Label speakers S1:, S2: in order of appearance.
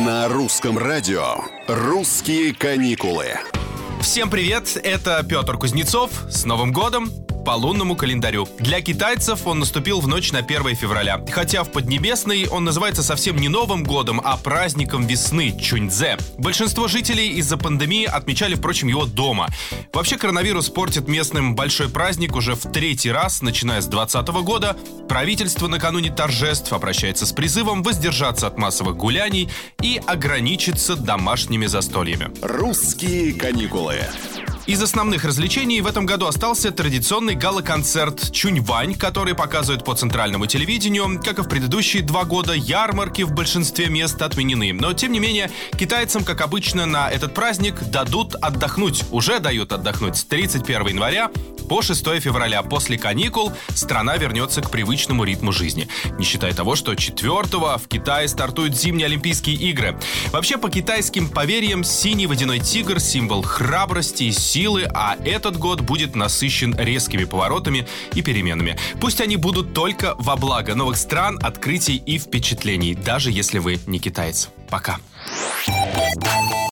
S1: На русском радио «Русские каникулы».
S2: Всем привет, это Петр Кузнецов. С Новым годом! По лунному календарю. Для китайцев он наступил в ночь на 1 февраля. Хотя в Поднебесной он называется совсем не Новым годом, а праздником весны – Чуньцзе. Большинство жителей из-за пандемии отмечали, впрочем, его дома. Вообще коронавирус портит местным большой праздник уже в 3-й раз, начиная с 2020 года. Правительство накануне торжеств обращается с призывом воздержаться от массовых гуляний и ограничиться домашними застольями.
S1: «Русские каникулы».
S2: Из основных развлечений в этом году остался традиционный гала-концерт «Чуньвань», который показывают по центральному телевидению. Как и в предыдущие 2 года, ярмарки в большинстве мест отменены. Но, тем не менее, китайцам, как обычно, на этот праздник дадут отдохнуть. Уже дают отдохнуть с 31 января по 6 февраля. После каникул страна вернется к привычному ритму жизни. Не считая того, что 4-го в Китае стартуют зимние Олимпийские игры. Вообще, по китайским поверьям, синий водяной тигр – символ храбрости и силы, а этот год будет насыщен резкими поворотами и переменами. Пусть они будут только во благо новых стран, открытий и впечатлений, даже если вы не китаец. Пока.